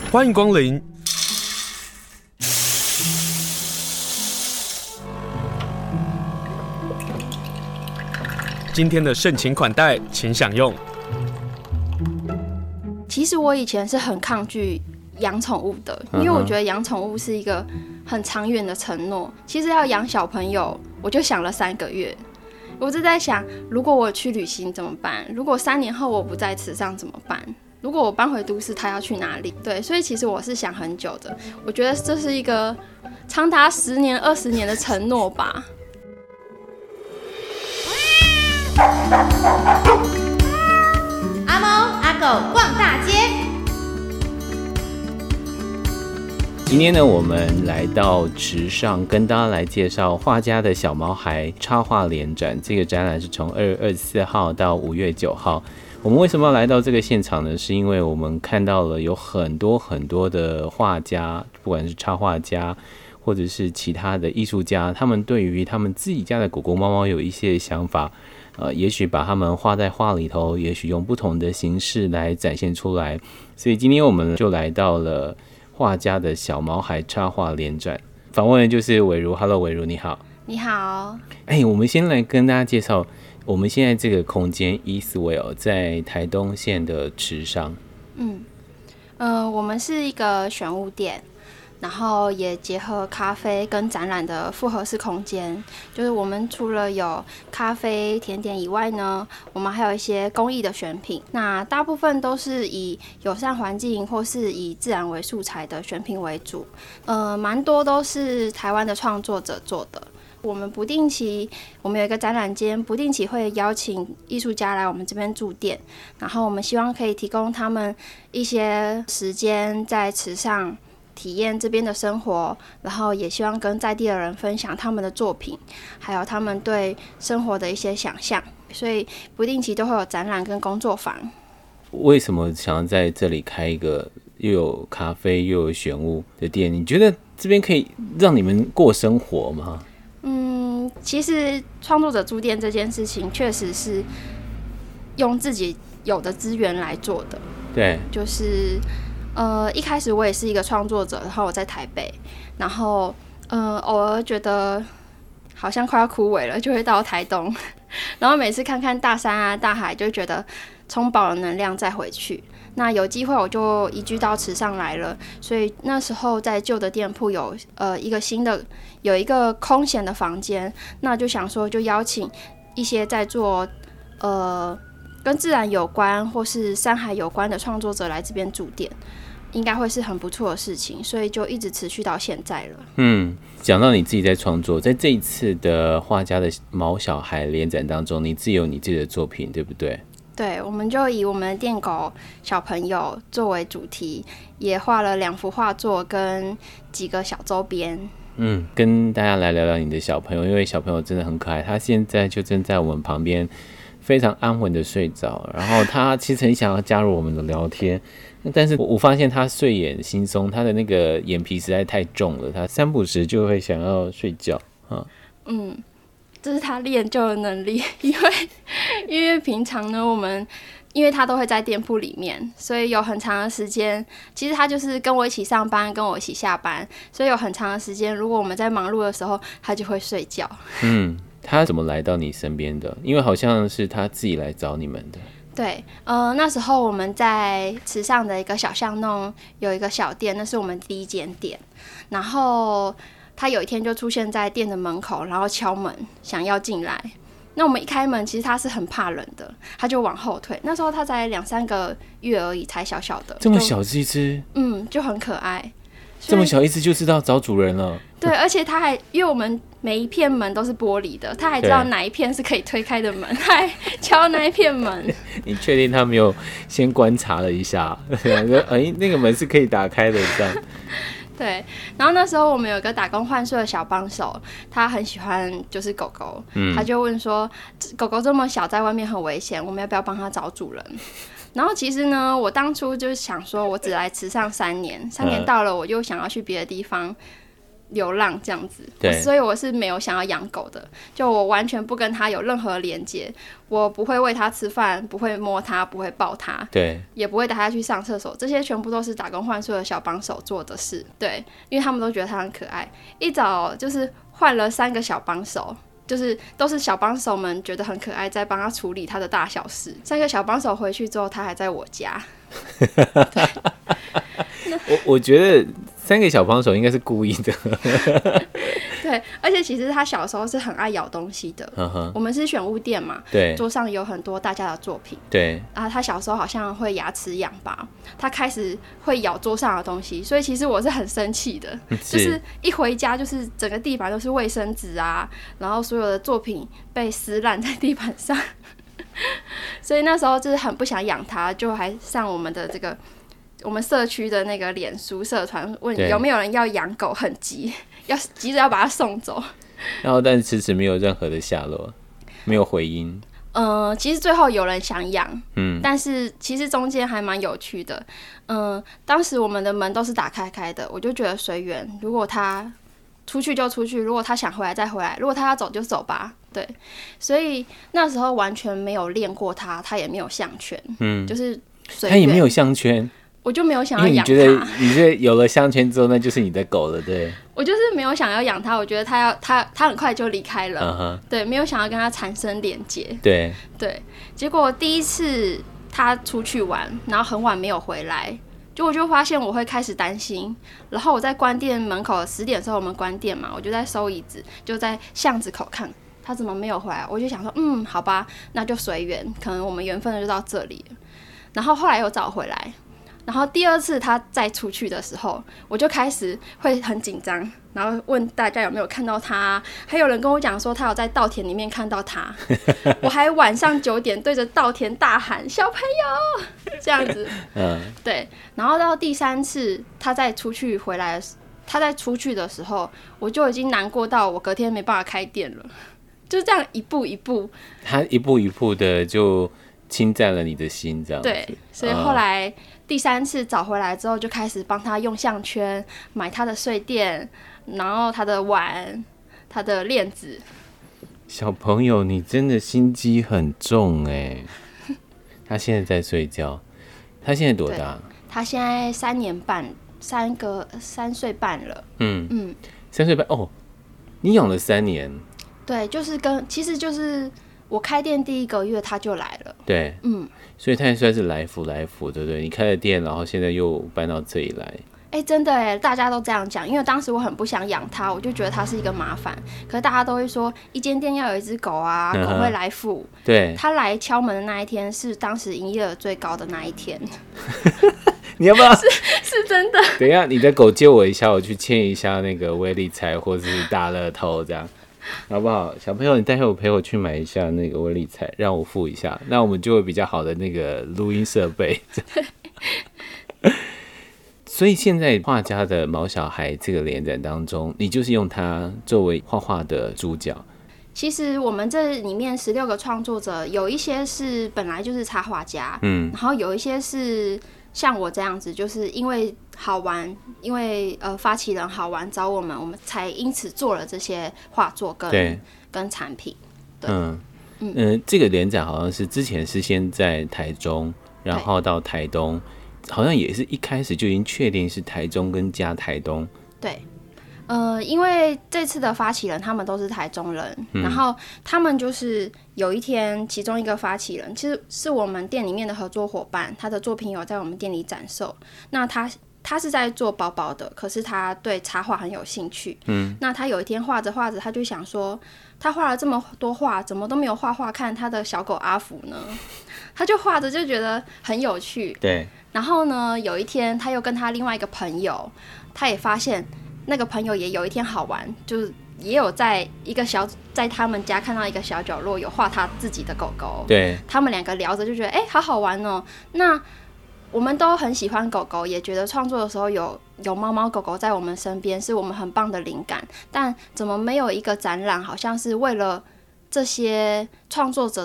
欢迎光临。今天的盛情款待，请享用。 其实我以前是很抗拒养宠物的，因为我觉得养宠物是一个很长远的承诺。其实要养小朋友，我就想了3个月。我是在想，如果我去旅行怎么办？如果3年后我不在池上怎么办？如果我搬回都市，他要去哪里？对，所以其实我是想很久的。我觉得这是一个长达10年、20年的承诺吧。 阿猫阿狗逛大街。 今天呢，我们来到池上，跟大家来介绍画家的小毛孩插画联展。这个展览是从2月24号到5月9号。我们为什么要来到这个现场呢？是因为我们看到了有很多的画家，不管是插画家或者是其他的艺术家，他们对于他们自己家的狗狗猫猫有一些想法，也许把它们画在画里头，也许用不同的形式来展现出来。所以今天我们就来到了画家的小毛孩插画联展，访问的就是伟如。 Hello 伟如，你好。 你好。 我们先来跟大家介绍我们现在这个空间 Eastwell 在台东县的池上。 我们是一个选物店，然后也结合咖啡跟展览的复合式空间。就是我们除了有咖啡甜点以外呢，我们还有一些工艺的选品，那大部分都是以友善环境或是以自然为素材的选品为主，蛮多都是台湾的创作者做的。我们不定期，我们有一个展览间，不定期会邀请艺术家来我们这边驻店，然后我们希望可以提供他们一些时间在池上体验这边的生活，然后也希望跟在地的人分享他们的作品，还有他们对生活的一些想象，所以不定期都会有展览跟工作坊。 为什么想要在这里开一个又有咖啡又有选物的店？你觉得这边可以让你们过生活吗？ 其实创作者驻店这件事情确实是用自己有的资源来做的。 对， 就是一开始我也是一个创作者，然后我在台北，然后偶尔觉得好像快要枯萎了，就会到台东，然后每次看看大山啊大海，就觉得充饱了能量再回去。那有机会我就移居到池上来了，所以那时候在旧的店铺有一个新的，有一个空闲的房间，那就想说就邀请一些在做跟自然有关或是山海有关的创作者来这边驻店，应该会是很不错的事情，所以就一直持续到现在了。 讲到你自己在创作，在这一次的画家的毛小孩联展当中，你自己有你自己的作品，对不对？ 对，我们就以我们的店狗小朋友作为主题，也画了2幅画作跟几个小周边。 跟大家来聊聊你的小朋友，因为小朋友真的很可爱，他现在就正在我们旁边非常安稳的睡着，然后他其实很想要加入我们的聊天，但是我发现他睡眼惺忪，他的那个眼皮实在太重了，他3不时就会想要睡觉。 这是他练就的能力，因为平常呢，因为他都会在店铺里面，所以有很长的时间，其实他就是跟我一起上班，跟我一起下班，所以有很长的时间，如果我们在忙碌的时候，他就会睡觉。 他怎么来到你身边的？因为好像是他自己来找你们的。 对，那时候我们在池上的一个小巷弄有一个小店，那是我们第1间店，然后他有一天就出现在店的门口，然后敲门想要进来。那我们一开门，其实他是很怕冷的，他就往后退。那时候他才2-3个月而已，才小小的， 这么小是一只， 就很可爱。 这么小一只就知道找主人了。 对，而且他还因为我们每一片门都是玻璃的，他还知道哪一片是可以推开的门，他还敲那一片门。 你确定他没有先观察了一下？那个门是可以打开的，这样。 对，然后那时候我们有个打工换宿的小帮手，他很喜欢就是狗狗，他就问说，狗狗这么小，在外面很危险，我们要不要帮他找主人？然后其实呢，我当初就想说，我只来池上3年，3年到了，我又想要去别的地方流浪这样子， 对， 所以我是没有想要养狗的，就我完全不跟它有任何连接，我不会喂它吃饭，不会摸它，不会抱它， 对， 也不会带它去上厕所，这些全部都是打工换宿的小帮手做的事，对，因为他们都觉得它很可爱，一早就是换了3个小帮手。就是都是小帮手们觉得很可爱，在帮他处理他的大小事。3个小帮手回去之后，他还在我家。 我觉得3个小帮手应该是故意的。 对，而且其实他小时候是很爱咬东西的。我们是选物店嘛， 对， 桌上有很多大家的作品。 对， 然后他小时候好像会牙齿痒吧，他开始会咬桌上的东西，所以其实我是很生气的，就是一回家就是整个地板都是卫生纸啊，然后所有的作品被撕烂在地板上。所以那时候就是很不想养它，就还上我们的这个我们社区的那个脸书社团问有没有人要养狗，很急着要把它送走， 然后但迟迟没有任何的下落，没有回音。 其实最后有人想养，但是其实中间还蛮有趣的。当时我们的门都是打开的，我就觉得随缘，如果他出去就出去，如果他想回来再回来，如果他要走就走吧。对，所以那时候完全没有练过他，他也没有项圈，就是随缘。 他也没有项圈， 我就没有想要养它。 因为你觉得有了项圈之后，那就是你的狗了，对？ 我就是没有想要养它，我觉得它很快就离开了，对，没有想要跟它产生连结， 对。 结果第一次它出去玩，然后很晚没有回来。我就发现我会开始担心，然后我在关店门口10点的时候我们关店嘛，我就在收椅子，就在巷子口看他怎么没有回来，我就想说好吧，那就随缘，可能我们缘分就到这里了。然后后来又找回来，然后第2次他再出去的时候，我就开始会很紧张，然后问大家有没有看到他，还有人跟我讲说他有在稻田里面看到他，我还晚上9点对着稻田大喊小朋友这样子，对。然后到第3次他再出去回来，他在出去的时候，我就已经难过到我隔天没办法开店了，就这样一步一步，他一步一步的就侵占了你的心，这样子。 对，所以后来第3次找回来之后，就开始帮他用项圈，买他的睡垫，然后他的碗，他的链子。 小朋友，你真的心机很重哎！他现在在睡觉，他现在多大？ 他现在3年半，3岁半了。3 岁半哦，你养了3年。 对，其实就是我开店第1个月他就来了。 对，所以他也算是来福，对不对？你开了店，然后现在又搬到这里来。 真的耶，大家都这样讲，因为当时我很不想养它，我就觉得它是一个麻烦。可是大家都会说，一间店要有一只狗啊，狗会来付。 对， 他来敲门的那一天是当时营业额最高的那一天。 你要不要？ 是真的。 等一下，你的狗借我一下，我去签一下那个威力彩或是大乐透，这样好不好？小朋友，你待会陪我去买一下那个威力彩，让我付一下，那我们就会比较好的那个录音设备。所以现在画家的毛小孩这个联展当中，你就是用它作为画画的主角。 其实我们这里面16个创作者，有一些是本来就是插画家，然后有一些是像我这样子，就是因为好玩，因为发起人好玩找我们才因此做了这些画作跟产品。对， 这个联展好像是之前是先在台中，然后到台东。好像也是一开始就已经确定是台中跟加台东。 对，因为这次的发起人他们都是台中人，然后他们就是有一天，其中一个发起人其实是我们店里面的合作伙伴，他的作品有在我们店里展售。那他是在做包包的，可是他对插画很有兴趣。那他有一天画着画着，他就想说，他画了这么多画，怎么都没有画看他的小狗阿福呢？他就画着就觉得很有趣。 对。 然后呢，有一天他又跟他另外一个朋友，他也发现那个朋友也有一天好玩，就是也有在他们家看到一个小角落有画他自己的狗狗。 对， 他们2个聊着就觉得好好玩哦。那我们都很喜欢狗狗，也觉得创作的时候有猫猫狗狗在我们身边是我们很棒的灵感，但怎么没有一个展览好像是为了这些创作者的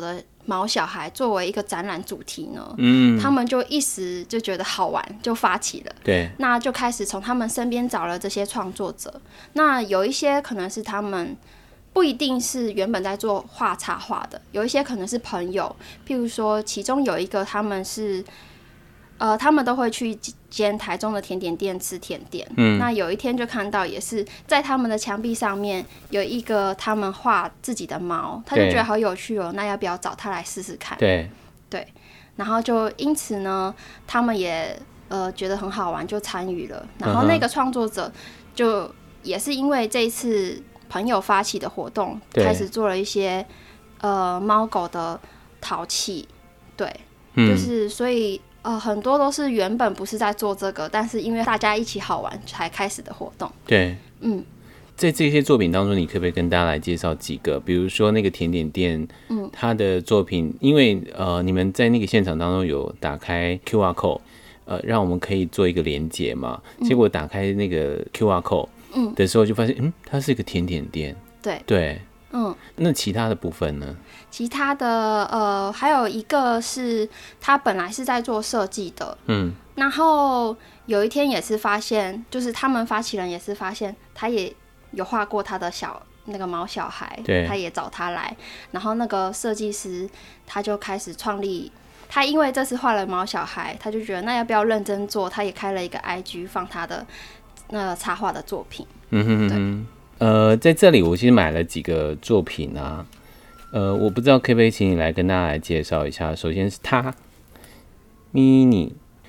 毛小孩作为一个展览主题呢，他们就一时就觉得好玩，就发起了。 对， 那就开始从他们身边找了这些创作者。那有一些可能是他们不一定是原本在做插画的，有一些可能是朋友。譬如说，其中有一个他们是。他们都会去一间台中的甜点店吃甜点。那有一天就看到，也是在他们的墙壁上面有一个他们画自己的猫，他就觉得好有趣哦，那要不要找他来试试看？对，然后就因此呢，他们也觉得很好玩，就参与了。然后那个创作者就也是因为这一次朋友发起的活动，开始做了一些猫狗的陶器。对，就是所以。很多都是原本不是在做这个，但是因为大家一起好玩才开始的活动。对， 在这些作品当中，你可不可以跟大家来介绍几个？比如说那个甜点店，它的作品，因为你们在那个现场当中有打开 QR code，让我们可以做一个连结嘛。结果打开那个 QR code 的时候，就发现，它是一个甜点店。对。那其他的部分呢？ 其他的还有一个是他本来是在做设计的，然后有一天也是发现，就是他们发起人也是发现他也有画过他的那个毛小孩，他也找他来，然后那个设计师他就开始创立，他因为这次画了毛小孩，他就觉得那要不要认真做，他也开了一个 IG 放他的那个插画的作品。 在这里我其实买了几个作品啊，我不知道可不可以请你来跟大家来介绍一下。首先是他 mini，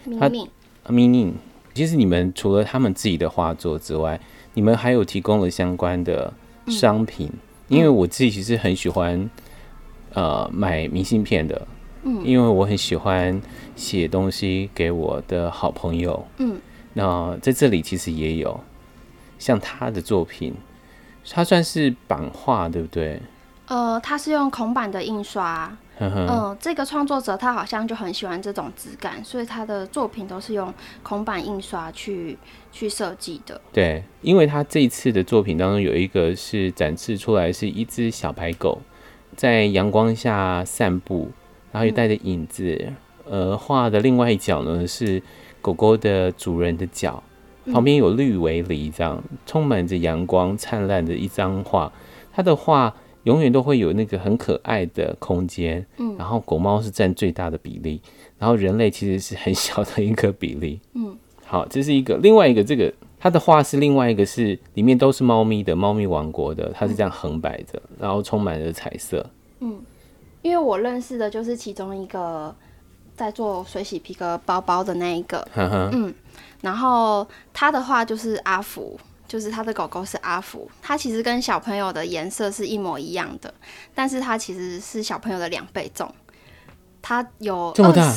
其实你们除了他们自己的画作之外，你们还有提供了相关的商品。因为我自己其实很喜欢买明信片的，因为我很喜欢写东西给我的好朋友。那在这里其实也有像他的作品。它算是版画，对不对？ 它是用孔板的印刷。这个创作者他好像就很喜欢这种质感，所以他的作品都是用孔板印刷去设计的。 对，因为他这一次的作品当中有一个是展示出来是一只小白狗在阳光下散步，然后又带着影子。画的另外一角呢是狗狗的主人的脚。旁边有绿围篱，这样充满着阳光灿烂的一张画。他的画永远都会有那个很可爱的空间，然后狗猫是占最大的比例，然后人类其实是很小的一个比例。好，这是一个。另外一个，这个他的画是另外一个是里面都是猫咪的，猫咪王国的，它是这样横摆着，然后充满着彩色。 因为我认识的就是其中一个在做水洗皮革包包的那一个。然后他的话就是阿福，就是他的狗狗是阿福，他其实跟小朋友的颜色是一模一样的，但是他其实是小朋友的2倍重，他有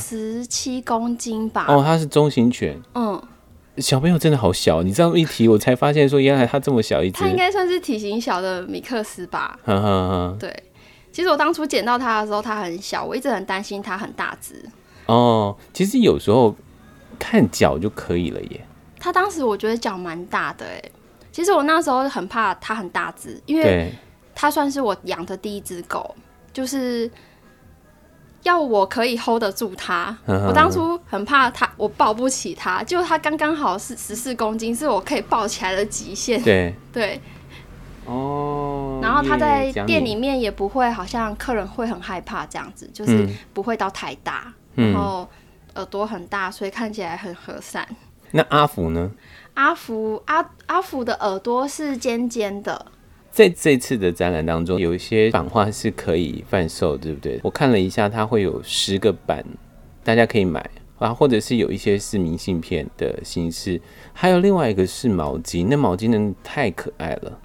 27公斤吧。 他是中型犬。小朋友真的好小，你这样一提我才发现说原来他这么小一只。 他应该算是体型小的米克斯吧。对，其实我当初捡到他的时候他很小，我一直很担心他很大只。 其实有时候看脚就可以了耶。 他当时我觉得脚蛮大的耶。其实我那时候很怕他很大只，因为他算是我养的第一只狗，就是要我可以 hold 得住他。我当初很怕他，我抱不起他，就他刚刚好是14公斤，是我可以抱起来的极限。对。然后他在店里面也不会好像客人会很害怕这样子，就是不会到太大，然后耳朵很大，所以看起来很和善。 那阿福呢？ 阿福的耳朵是尖尖的。 在这次的展览当中，有一些版画是可以贩售，对不对？我看了一下，它会有10个版，大家可以买啊，或者是有一些是明信片的形式，还有另外一个是毛巾。那毛巾呢太可爱了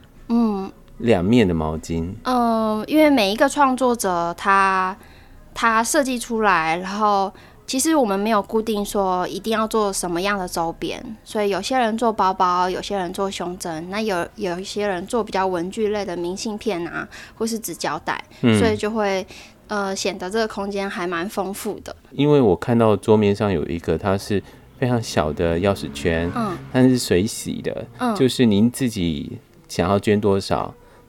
，2面的毛巾。 因为每一个创作者他设计出来，然后其实我们没有固定说一定要做什么样的周边，所以有些人做包包，有些人做胸针，那有一些人做比较文具类的明信片啊，或是纸胶带，所以就会显得这个空间还蛮丰富的。 因为我看到桌面上有一个，它是非常小的钥匙圈，但是水洗的，就是您自己想要捐多少，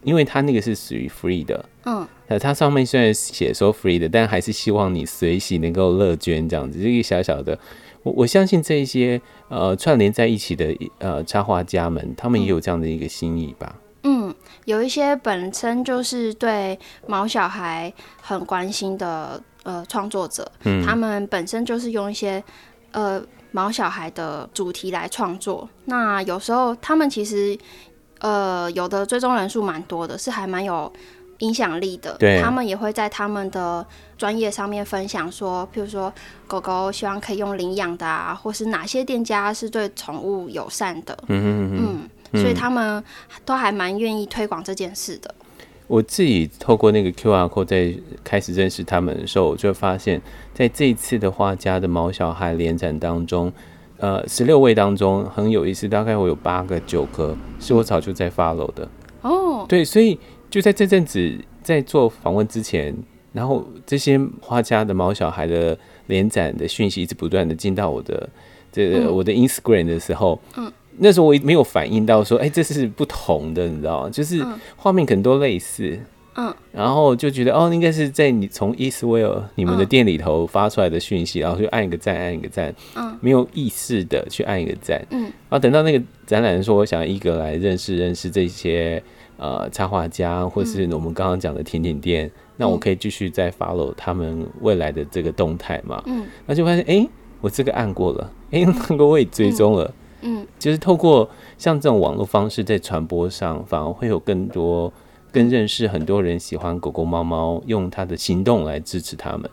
因为它那个是属于 free 的，它上面虽然写说 free 的，但还是希望你随喜能够乐捐这样子，这个小小的。我相信这一些串联在一起的插画家们，他们也有这样的一个心意吧。 有一些本身就是对毛小孩很关心的创作者，他们本身就是用一些毛小孩的主题来创作。那有时候他们其实有的追踪人数蛮多的，是还蛮有影响力的。他们也会在他们的专业上面分享说，譬如说狗狗希望可以用领养的啊，或是哪些店家是对宠物友善的。所以他们都还蛮愿意推广这件事的。 我自己透过那个 QR code 在开始认识他们的时候，我就发现在这一次的画家的毛小孩联展当中，16位当中很有意思，大概我有8个9个是我早就在 follow 的。对，所以就在这阵子在做访问之前，然后这些画家的毛小孩的联展的讯息一直不断的进到我的我的 Instagram 的时候，那时候我没有反应到说，这是不同的，你知道吗？就是画面可能都类似，然后就觉得应该是在你从 Eastwell 你们的店里头发出来的讯息，然后就按一个赞，没有意识的去按一个赞，然后等到那个展览说，我想一个来认识这些插画家，或是我们刚刚讲的甜点店，那我可以继续再 follow 他们未来的这个动态嘛，那就发现我这个按过了，那个我也追踪了。就是透过像这种网络方式在传播上，反而会有更认识很多人喜欢狗狗猫猫，用他的行动来支持他们。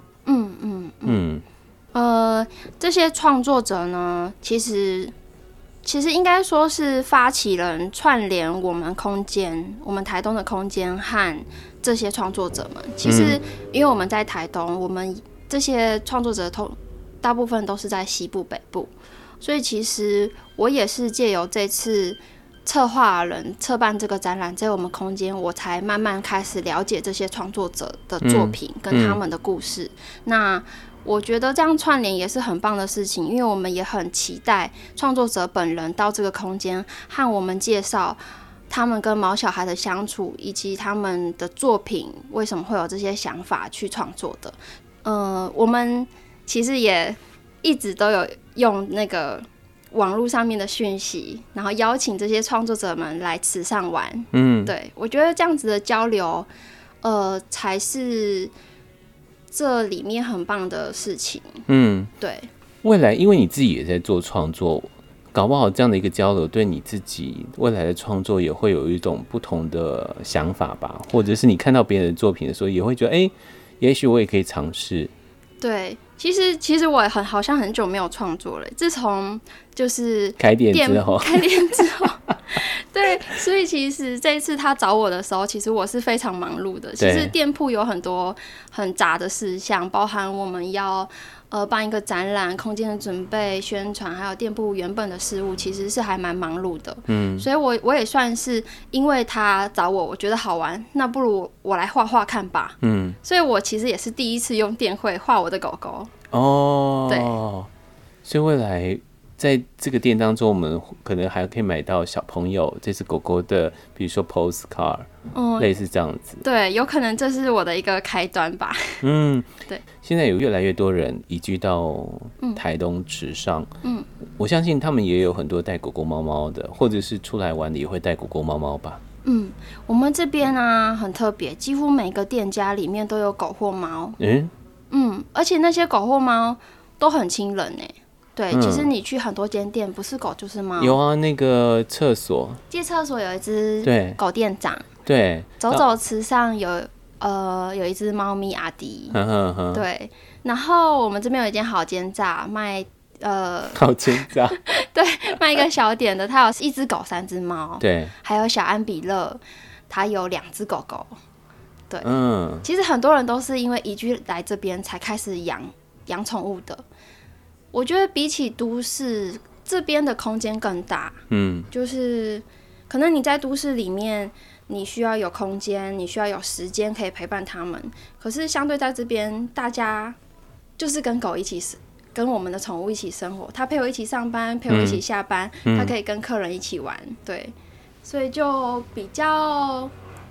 这些创作者呢，其实应该说是发起人串联我们台东的空间和这些创作者们。其实因为我们在台东，我们这些创作者大部分都是在西部北部。所以其实我也是借由这次策办这个展览，在我们空间，我才慢慢开始了解这些创作者的作品跟他们的故事。那我觉得这样串联也是很棒的事情，因为我们也很期待创作者本人到这个空间和我们介绍他们跟毛小孩的相处，以及他们的作品为什么会有这些想法去创作的。我们其实也一直都有用那个网络上面的讯息，然后邀请这些创作者们来池上玩。对，我觉得这样子的交流才是这里面很棒的事情。对， 未来因为你自己也在做创作，搞不好这样的一个交流对你自己未来的创作也会有一种不同的想法吧，或者是你看到别人的作品的时候也会觉得也许我也可以尝试。 对，其实我好像很久没有创作了，自从就是开店之后对，所以其实这一次他找我的时候，其实我是非常忙碌的。其实店铺有很多很杂的事项，包含我们要办一个展览、空间的准备、宣传，还有店铺原本的事务，其实是还蛮忙碌的。所以我也算是因为他找我觉得好玩，那不如我来画画看吧。所以我其实也是第一次用电绘画我的狗狗。对， 所以未来在这个店当中，我们可能还可以买到小朋友这只狗狗的，比如说 postcard，类似这样子。 对，有可能这是我的一个开端吧。对。 现在有越来越多人移居到台东池上，我相信他们也有很多带狗狗猫猫的，或者是出来玩的也会带狗狗猫猫吧。 我们这边啊很特别，几乎每个店家里面都有狗或猫。而且那些狗或猫都很亲人欸。对，其实你去很多间店，不是狗就是猫。 有啊，那个厕所， 借厕所有一只狗店长， 对， 走池上有一只猫咪阿迪，对。然后我们这边有一间好煎炸，卖好煎炸， 对，卖一个小点的，它有1只狗3只猫， 对， 还有小安比乐，它有2只狗狗，对，其实很多人都是因为移居来这边才开始养宠物的。我觉得比起都市这边的空间更大，就是可能你在都市里面，你需要有空间，你需要有时间可以陪伴他们。可是相对在这边，大家就是跟狗一起，跟我们的宠物一起生活。它陪我一起上班，陪我一起下班，它可以跟客人一起玩，对，所以就比较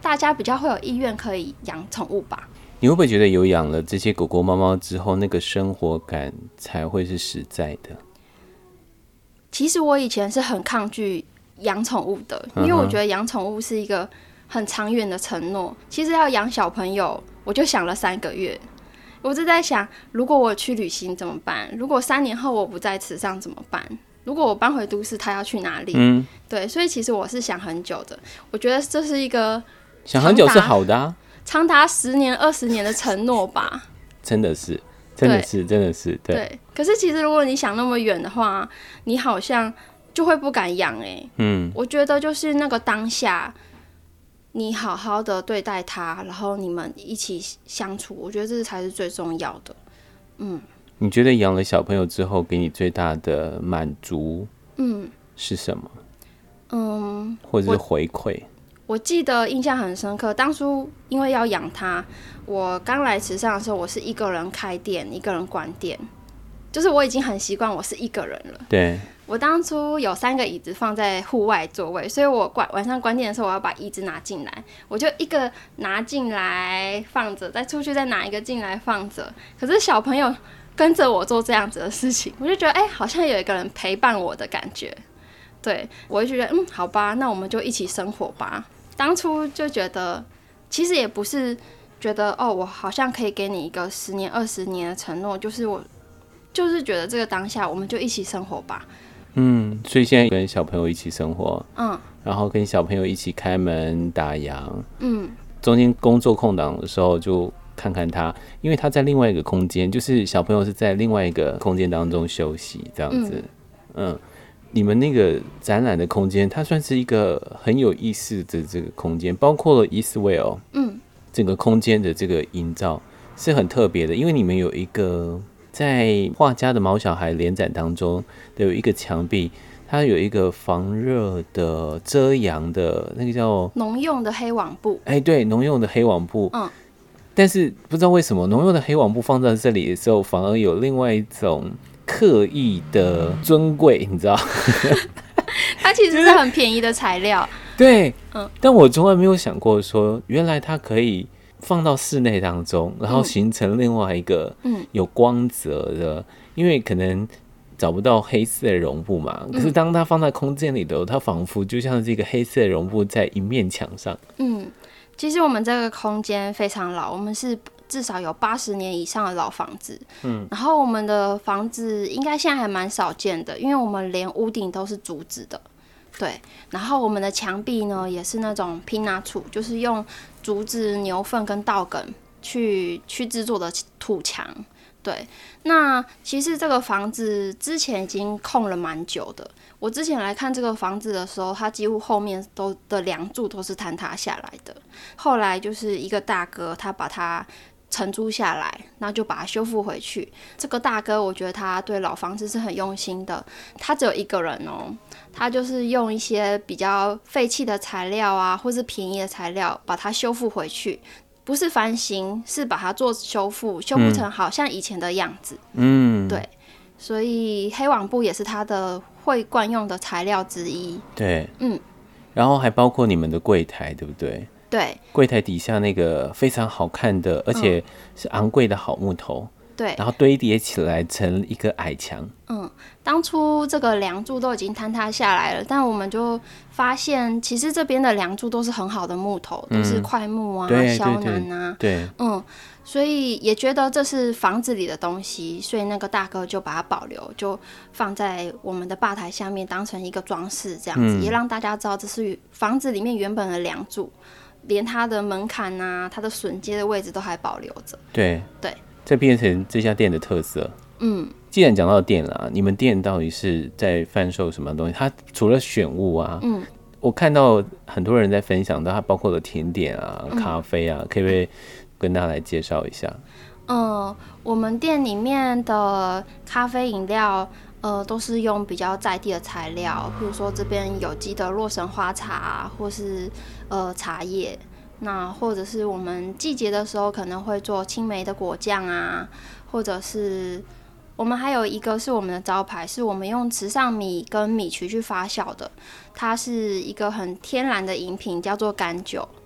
大家比较会有意愿可以养宠物吧。 你会不会觉得有养了这些狗狗猫猫之后，那个生活感才会是实在的？ 其实我以前是很抗拒养宠物的，因为我觉得养宠物是一个很长远的承诺。其实要养小朋友，我就想了3个月。我是在想，如果我去旅行怎么办？如果3年后我不在池上怎么办？如果我搬回都市，他要去哪里？对，所以其实我是想很久的。我觉得这是一个想很久是好的啊， 长达10年、20年的承诺吧。 真的是，真的是，真的是， 对。可是其实如果你想那么远的话，你好像就会不敢养我觉得就是那个当下，你好好的对待它，然后你们一起相处，我觉得这才是最重要的。 你觉得养了小朋友之后，给你最大的满足，是什么？或者是回馈？ 我记得印象很深刻，当初因为要养它，我刚来池上的时候，我是一个人开店，一个人关店，就是我已经很习惯我是一个人了。 对。 我当初有3个椅子放在户外座位，所以我晚上关店的时候，我要把椅子拿进来，我就一个拿进来放着，再出去再拿一个进来放着。可是小朋友跟着我做这样子的事情，我就觉得好像有一个人陪伴我的感觉。对，我就觉得好吧，那我们就一起生活吧。当初就觉得，其实也不是觉得我好像可以给你一个10年、20年的承诺，就是我就是觉得这个当下，我们就一起生活吧。 所以现在跟小朋友一起生活，然后跟小朋友一起开门打烊，中间工作空档的时候就看看他，因为他在另外一个空间，就是小朋友是在另外一个空间当中休息这样子。你们那个展览的空间，它算是一个很有意思的这个空间，包括了 Eastwell，整个空间的这个营造是很特别的，因为你们有一个在画家的毛小孩联展当中的有一个墙壁，它有一个防热的遮阳的那个叫农用的黑网布。 对，农用的黑网布。但是不知道为什么农用的黑网布放在这里的时候，反而有另外一种刻意的尊贵，你知道？ 它其实是很便宜的材料。 对，但我从来没有想过说，原来它可以放到室内当中，然后形成另外一个有光泽的，因为可能找不到黑色的绒布嘛，可是当它放在空间里头，它仿佛就像是一个黑色的绒布在一面墙上。 其实我们这个空间非常老，我们是至少有80年以上的老房子。然后我们的房子应该现在还蛮少见的，因为我们连屋顶都是竹子的。对，然后我们的墙壁呢也是那种拼纳土，就是用竹子、牛粪跟稻梗去制作的土墙。对，那其实这个房子之前已经空了蛮久的。我之前来看这个房子的时候，它几乎后面的梁柱都是坍塌下来的。后来就是一个大哥，他把它承租下来，那就把它修复回去。这个大哥，我觉得他对老房子是很用心的。他只有一个人他就是用一些比较废弃的材料啊，或是便宜的材料，把它修复回去。不是翻新，是把它做修复成好像以前的样子。对，所以黑网布也是它的会惯用的材料之一。 对，然后还包括你们的柜台，对不对？ 对， 柜台底下那个非常好看的，而且是昂贵的好木头。 对， 然后堆叠起来成一个矮墙。 当初这个梁柱都已经坍塌下来了，但我们就发现，其实这边的梁柱都是很好的木头，都是檜木啊、肖楠啊。 对， 所以也觉得这是房子里的东西，所以那个大哥就把它保留，就放在我们的吧台下面，当成一个装饰，这样子，也让大家知道这是房子里面原本的梁柱，连它的门槛啊、它的榫接的位置都还保留着。 对。这变成这家店的特色。既然讲到店啦，你们店到底是在贩售什么东西？它除了选物啊，我看到很多人在分享到它包括了甜点啊、咖啡啊，可不可以跟大家来介绍一下？ 我们店里面的咖啡饮料，都是用比较在地的材料，比如说这边有机的洛神花茶，或是茶叶。那或者是我们季节的时候可能会做青梅的果酱啊，或者是我们还有一个是我们的招牌，是我们用池上米跟米曲去发酵的，它是一个很天然的饮品，叫做甘酒。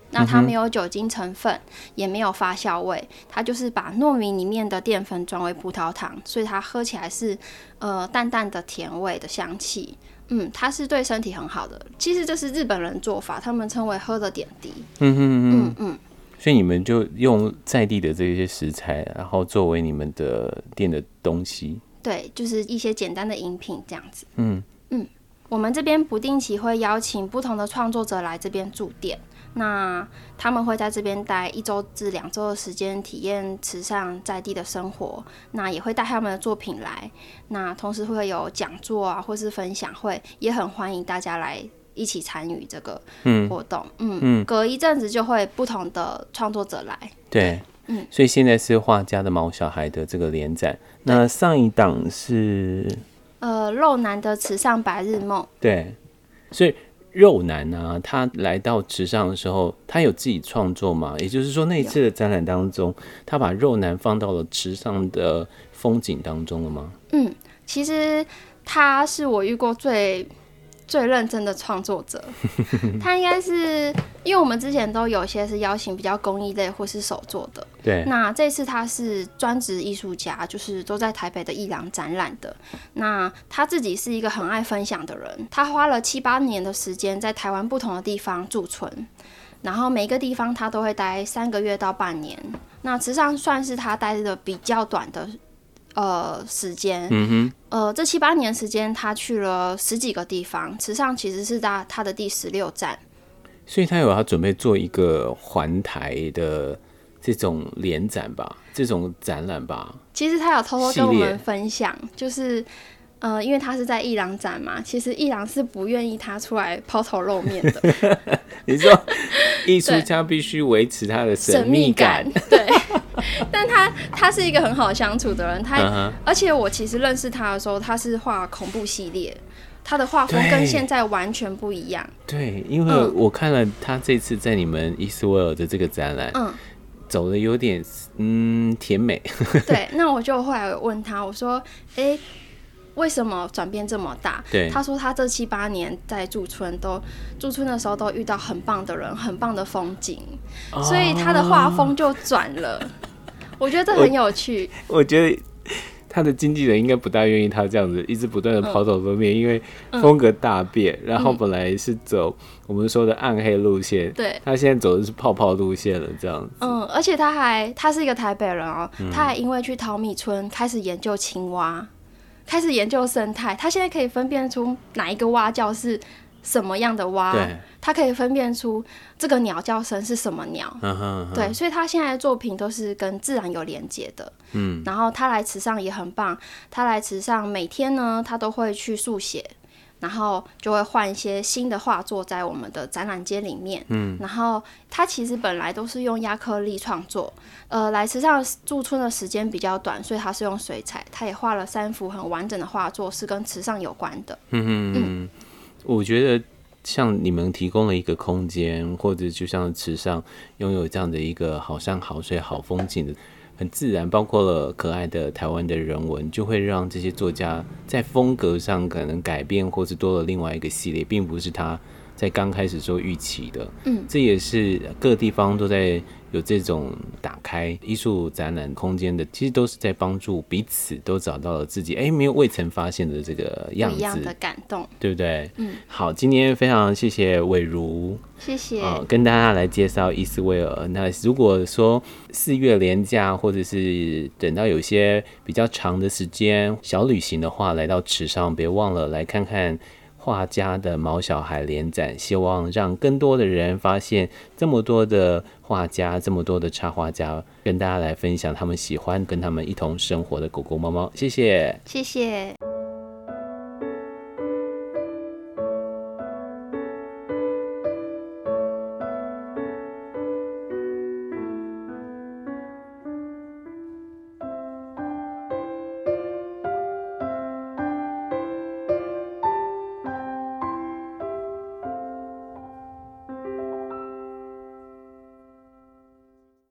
那它没有酒精成分，也没有发酵味，它就是把糯米里面的淀粉转为葡萄糖，所以它喝起来是淡淡的甜味的香气。它是对身体很好的。其实这是日本人做法，他们称为喝的点滴。 所以你们就用在地的这些食材，然后作为你们的店的东西。 对，就是一些简单的饮品这样子。我们这边不定期会邀请不同的创作者来这边驻店，那他们会在这边待1周至2周的时间，体验池上在地的生活。那也会带他们的作品来，那同时会有讲座啊，或是分享会，也很欢迎大家来一起参与这个活动。隔一阵子就会不同的创作者来。 对，所以现在是画家的毛小孩的这个联展，那上一档是肉男的池上白日梦。 对，所以肉男啊，他来到池上的时候，他有自己创作嘛？也就是说，那一次的展览当中，他把肉男放到了池上的风景当中了吗？ 其实他是我遇过最认真的创作者。他应该是因为我们之前都有些是邀请比较工艺类或是手作的， 对。 那这次他是专职艺术家，就是都在台北的艺廊展览的。那他自己是一个很爱分享的人，他花了7-8年的时间在台湾不同的地方驻村，然后每个地方他都会待3个月到半年。那池上算是他待的比较短的时间。这7-8年时间，他去了10几个地方。池上其实是他的第16站， 所以他有要准备做一个环台的这种联展吧，这种展览吧。 其实他有偷偷跟我们分享，就是因为他是在艺廊展嘛，其实艺廊是不愿意他出来抛头露面的。 你说艺术家必须维持他的神秘感， 对。但他是一个很好相处的人，而且我其实认识他的时候，他是画恐怖系列，他的画风跟现在完全不一样。 对，因为我看了他这次在你们伊斯威尔的这个展览，走的有点甜美。 对，那我就后来问他，我说，为什么转变这么大？ 对， 他说他这7-8年在驻村的时候都遇到很棒的人，很棒的风景，所以他的画风就转了。我觉得这很有趣。 我觉得他的经纪人应该不大愿意他这样子一直不断的抛头露面，因为风格大变，然后本来是走我们说的暗黑路线， 对， 他现在走的是泡泡路线了，这样子。 而且他是一个台北人哦，他还因为去桃米村开始研究青蛙，开始研究生态，他现在可以分辨出哪一个蛙叫是什么样的蛙，他可以分辨出这个鸟叫声是什么鸟。对，所以他现在的作品都是跟自然有连结的。然后他来池上也很棒，他来池上每天呢，他都会去速写，然后就会换一些新的画作在我们的展览间里面。然后他其实本来都是用亚克力创作，来池上驻村的时间比较短，所以他是用水彩，他也画了3幅很完整的画作，是跟池上有关的。 我觉得像你们提供了一个空间，或者就像池上拥有这样的一个好山好水好风景的很自然，包括了可爱的台湾的人文，就会让这些作家在风格上可能改变，或是多了另外一个系列，并不是他在刚开始说预期的。这也是各地方都在有这种打开艺术展览空间的，其实都是在帮助彼此都找到了自己没有未曾发现的这个样子， 不一样的感动， 对不对？好，今天非常谢谢伟如， 谢谢， 跟大家来介绍伊斯威尔。那如果说4月连假，或者是等到有些比较长的时间小旅行的话，来到池上，别忘了来看看画家的毛小孩联展，希望让更多的人发现这么多的画家，这么多的插画家，跟大家来分享他们喜欢跟他们一同生活的狗狗猫猫。谢谢， 谢谢。